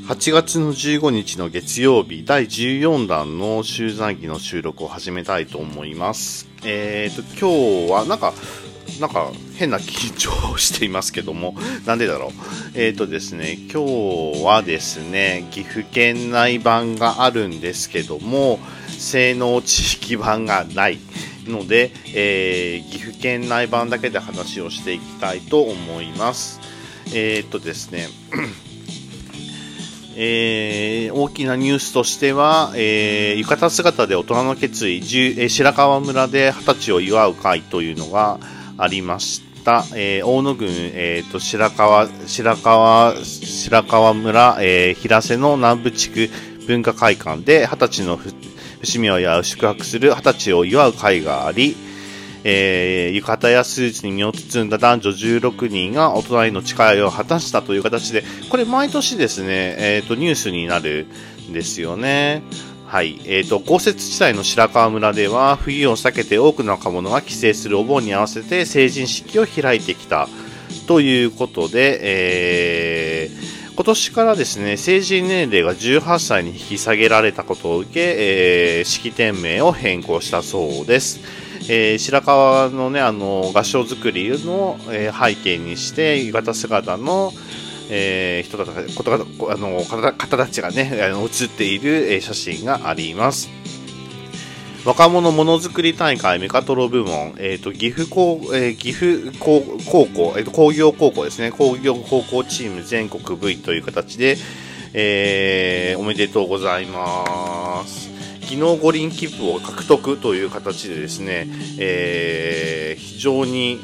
8月の15日の月曜日、第14弾の集団儀の収録を始めたいと思います。今日はなんか変な緊張をしていますけども、なんでだろう。ですね、今日はですね、岐阜県内版があるんですけども、西濃地域版がないので、岐阜県内版だけで話をしていきたいと思います。ですね、大きなニュースとしては、浴衣姿で大人の決意、白川村で20歳を祝う会というのがありました。大野郡、白川村、平瀬の南部地区文化会館で20歳の節目を祝う宿泊する20歳を祝う会があり、浴衣やスーツに身を包んだ男女16人が大人への誓いを果たしたという形で、これ毎年ですね、ニュースになるんですよね。はい。豪雪地帯の白川村では、冬を避けて多くの若者が帰省するお盆に合わせて成人式を開いてきたということで、今年からですね、成人年齢が18歳に引き下げられたことを受け、式典名を変更したそうです。白川のね、合掌造りの、背景にして、浴衣姿の、方たちがね、写っている、写真があります。若者ものづくり大会メカトロ部門、岐阜高校、工業高校ですね、工業高校チーム全国 V という形で、おめでとうございます。技能五輪切符を獲得という形でですね、非常に、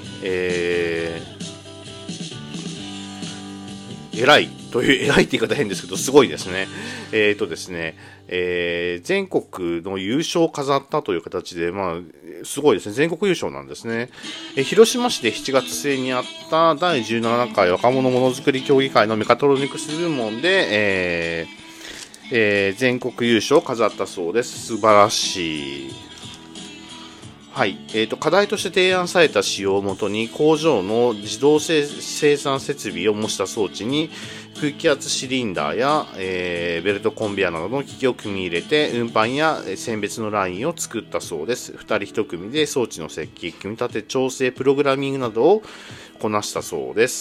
偉いって言い方変ですけど、すごいですね。ですね、全国の優勝を飾ったという形で、まあ、すごいですね。全国優勝なんですね。広島市で7月末にあった第17回若者ものづくり協議会のメカトロニクス部門で、全国優勝を飾ったそうです。素晴らしい。はい。課題として提案された仕様をもとに工場の自動生産設備を模した装置に空気圧シリンダーや、ベルトコンベアなどの機器を組み入れて運搬や選別のラインを作ったそうです。2人1組で装置の設計、組み立て、調整、プログラミングなどをこなしたそうです。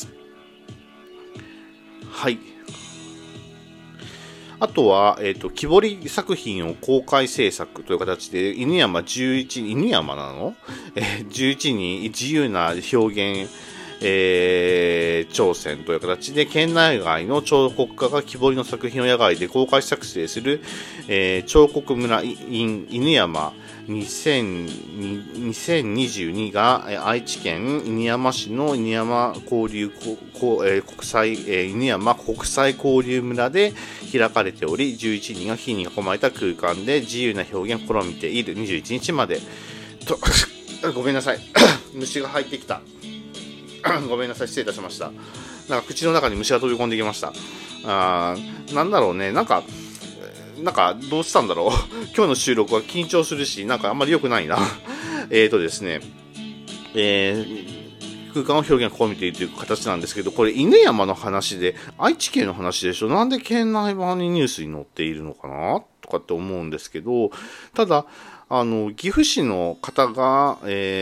はい。あとは、木彫り作品を公開制作という形で、犬山なの11に自由な表現、挑戦という形で、県内外の彫刻家が木彫りの作品を野外で公開作成する、彫刻村 in 犬山2022が愛知県犬山市の犬山交流犬山国際交流村で開かれており、11人が火に囲まれた空間で自由な表現を試みている。21日までとごめんなさい虫が入ってきたごめんなさい、失礼いたしました。なんか口の中に虫が飛び込んできました。なんだろうね、なんかどうしたんだろう今日の収録は緊張するし、なんかあんまり良くないなですね、空間を表現を試みているという形なんですけど、これ犬山の話で愛知県の話でしょ。なんで県内版にニュースに載っているのかなとかって思うんですけど、ただ岐阜市の方が、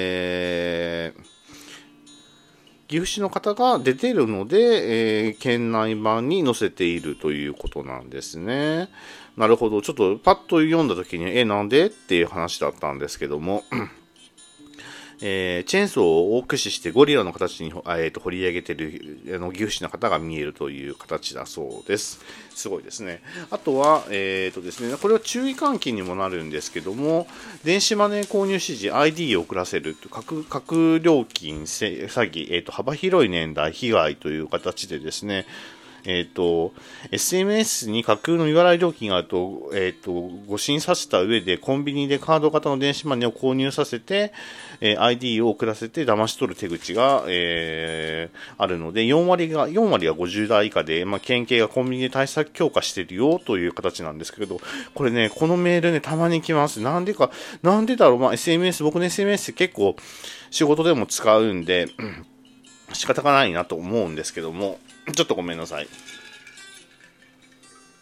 岐阜市の方が出ているので、県内版に載せているということなんですね。なるほど。ちょっとパッと読んだ時に、なんでっていう話だったんですけども、チェーンソーを駆使してゴリラの形に、掘り上げている岐阜市の方が見えるという形だそうです。すごいですね。あとは、ですね、これは注意喚起にもなるんですけども、電子マネー購入指示 ID を送らせる架料金詐欺、幅広い年代被害という形でですね、SMS に架空の未払い料金があると、誤信させた上でコンビニでカード型の電子マネーを購入させて、ID を送らせて騙し取る手口が、あるので、4割が50代以下で、県警がコンビニで対策強化しているよという形なんですけど、これね、このメールね、たまに来ます。なんでだろう、SMS、僕の SMS 結構仕事でも使うんで、仕方がないなと思うんですけども、ちょっとごめんなさい。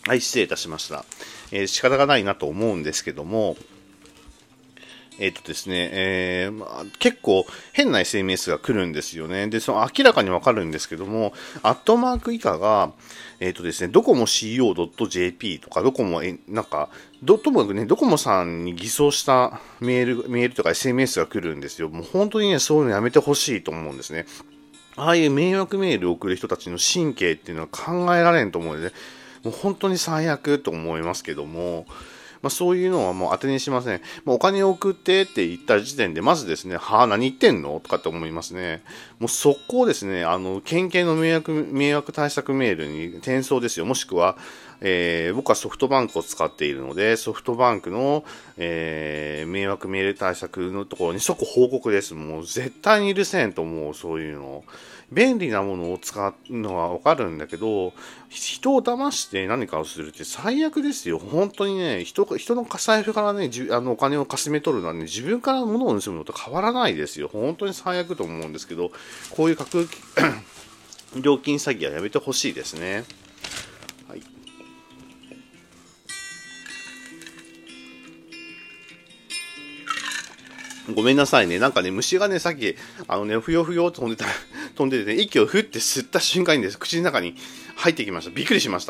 はい、失礼いたしました。仕方がないなと思うんですけども、ですね、結構変な SMS が来るんですよね。で、その明らかにわかるんですけども、アットマーク以下が、ですね、ドコモ CO.jp とか、ドコモ、なんか、ともかくね、ドコモさんに偽装したメールとか SMS が来るんですよ。もう本当にね、そういうのやめてほしいと思うんですね。ああいう迷惑メールを送る人たちの神経っていうのは考えられんと思うんでね、もう本当に最悪と思いますけども、そういうのはもう当てにしません。お金を送ってって言った時点で、まずですね、はあ、何言ってんのとかって思いますね。もう速攻ですね、県警の迷惑対策メールに転送ですよ。もしくは、僕はソフトバンクを使っているので、ソフトバンクの、迷惑メール対策のところに即報告です。もう絶対に許せんと思う、そういうの。便利なものを使うのはわかるんだけど、人を騙して何かをするって最悪ですよ。本当にね、人の財布からね、お金をかすめ取るのはね、自分から物を盗むのと変わらないですよ。本当に最悪と思うんですけど、こういう架空料金詐欺はやめてほしいですね。はい。ごめんなさいね。なんかね、虫がね、さっき、ふよふよと飛んでてね、息をふって吸った瞬間にです、口の中に入ってきました。びっくりしました。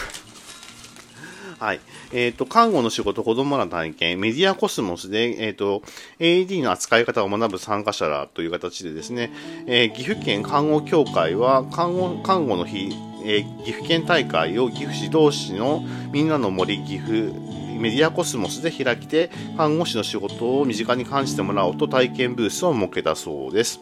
はい。看護の仕事、子供ら体験、メディアコスモスで、AED の扱い方を学ぶ参加者らという形でですね、岐阜県看護協会は、看護の日、岐阜県大会を岐阜市同市のみんなの森岐阜メディアコスモスで開きて、看護師の仕事を身近に感じてもらおうと体験ブースを設けたそうです。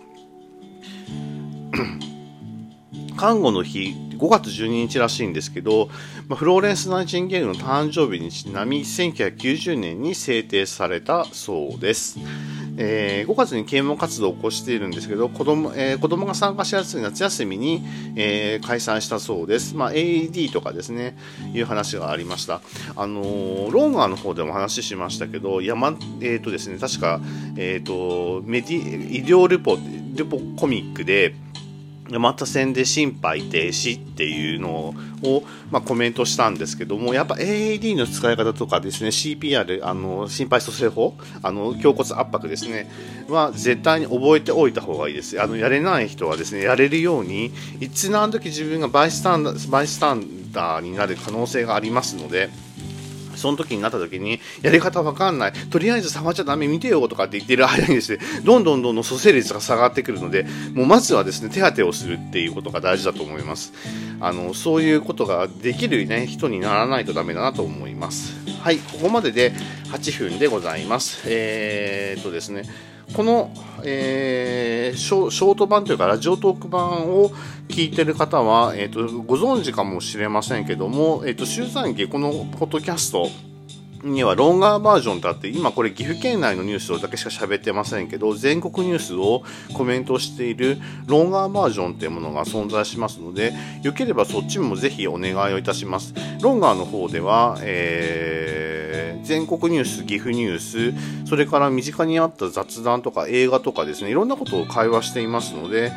看護の日、5月12日らしいんですけど、フローレンス・ナイチンゲールの誕生日にちなみ、1990年に制定されたそうです。5月に啓蒙活動を起こしているんですけど、子供が参加しやすい夏休みに、開催したそうです。AED とかですね、いう話がありました。ロンガーの方でも話しましたけど、ですね、確か、医療ルポコミックで、山田線で心肺停止っていうのを、コメントしたんですけども、やっぱ AED の使い方とかですね、CPR、心肺蘇生法、胸骨圧迫ですね、は絶対に覚えておいた方がいいです。やれない人はですね、やれるように、いつ何時自分がバイスタンダーになる可能性がありますので、その時になった時に、やり方わかんない。とりあえず触っちゃダメ、見てよとかって言ってる間にですね、どんどん蘇生率が下がってくるので、もうまずはですね、手当てをするっていうことが大事だと思います。そういうことができるね、人にならないとダメだなと思います。はい、ここまでで8分でございます。ですね、この、ショート版というかラジオトーク版を聞いてる方は、ご存知かもしれませんけども、週産期このポッドキャストにはロンガーバージョンってあって、今これ岐阜県内のニュースだけしか喋ってませんけど、全国ニュースをコメントしているロンガーバージョンっていうものが存在しますので、よければそっちもぜひお願いをいたします。ロンガーの方では、全国ニュース、岐阜ニュース、それから身近にあった雑談とか映画とかですね、いろんなことを会話していますので、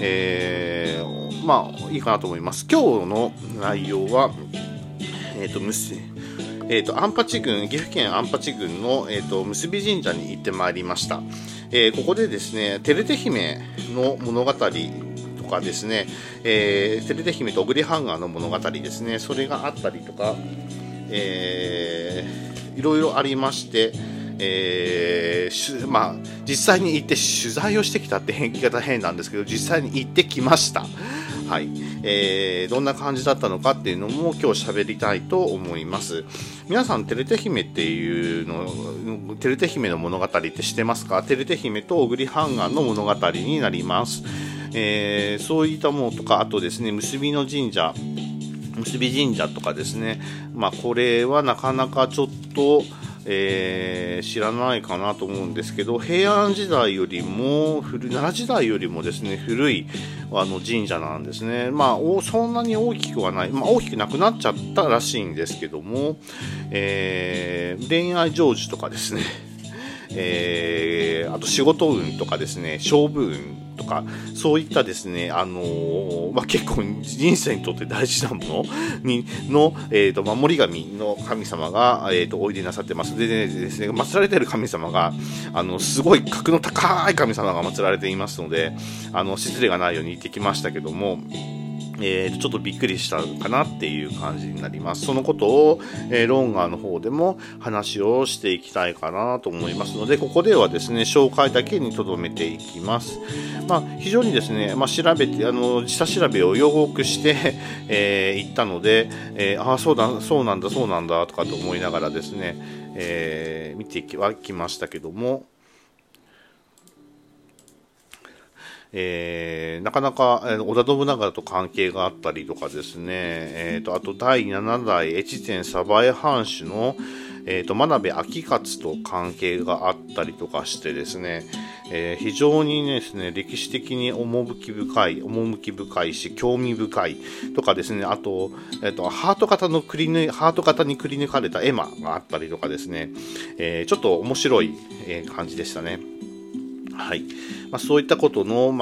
いいかなと思います。今日の内容は、安八郡、岐阜県安八郡の、結び神社に行ってまいりました。ここでですね、照手姫の物語とかですね、照手姫と小栗ハンガーの物語ですね、それがあったりとか、いろいろありまして、実際に行って取材をしてきたって言い方変なんですけど、実際に行ってきました。はい。どんな感じだったのかっていうのも今日喋りたいと思います。皆さん、照手姫っていうの、照手姫の物語って知ってますか？照手姫と小栗ハンガーの物語になります。そういったものとか、あとですね、結び神社とかですね、これはなかなかちょっと、知らないかなと思うんですけど、平安時代よりも奈良時代よりもですね、古い神社なんですね。そんなに大きくはない、大きくなくなっちゃったらしいんですけども、恋愛成就とかですね、あと仕事運とかですね、勝負運とか、そういったですね、結構人生にとって大事なものの、守り神の神様が、おいでなさってます。でですね、祀られている神様が、すごい格の高い神様が祀られていますので、失礼がないように言ってきましたけども、ちょっとびっくりしたかなっていう感じになります。そのことを、ロンガーの方でも話をしていきたいかなと思いますので、ここではですね、紹介だけに留めていきます。非常にですね、調べて、下調べをよくして、行ったので、そうなんだ、とかと思いながらですね、見てはきましたけども、なかなか織田信長と関係があったりとかですね、あと第7代越前鯖江藩主の、真鍋昭勝と関係があったりとかしてですね、非常にですね、歴史的に趣深いし、興味深いとかですね、あと、ハート型にくり抜かれた絵馬があったりとかですね、ちょっと面白い、感じでしたね。はい。そういったことの、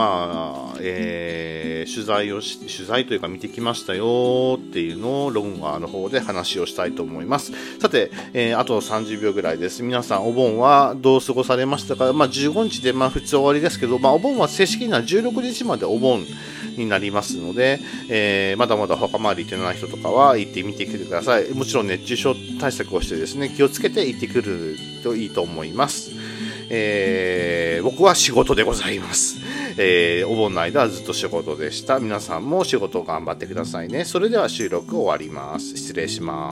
取材というか見てきましたよっていうのをロンガーの方で話をしたいと思います。さて、あと30秒ぐらいです。皆さんお盆はどう過ごされましたか？15日で普通終わりですけど、お盆は正式には16日までお盆になりますので、まだまだ墓参り行ってない人とかは行ってみてきてください。もちろん熱中症対策をしてですね、気をつけて行ってくるといいと思います。僕は仕事でございます。お盆の間はずっと仕事でした。皆さんも仕事を頑張ってくださいね。それでは収録終わります。失礼します。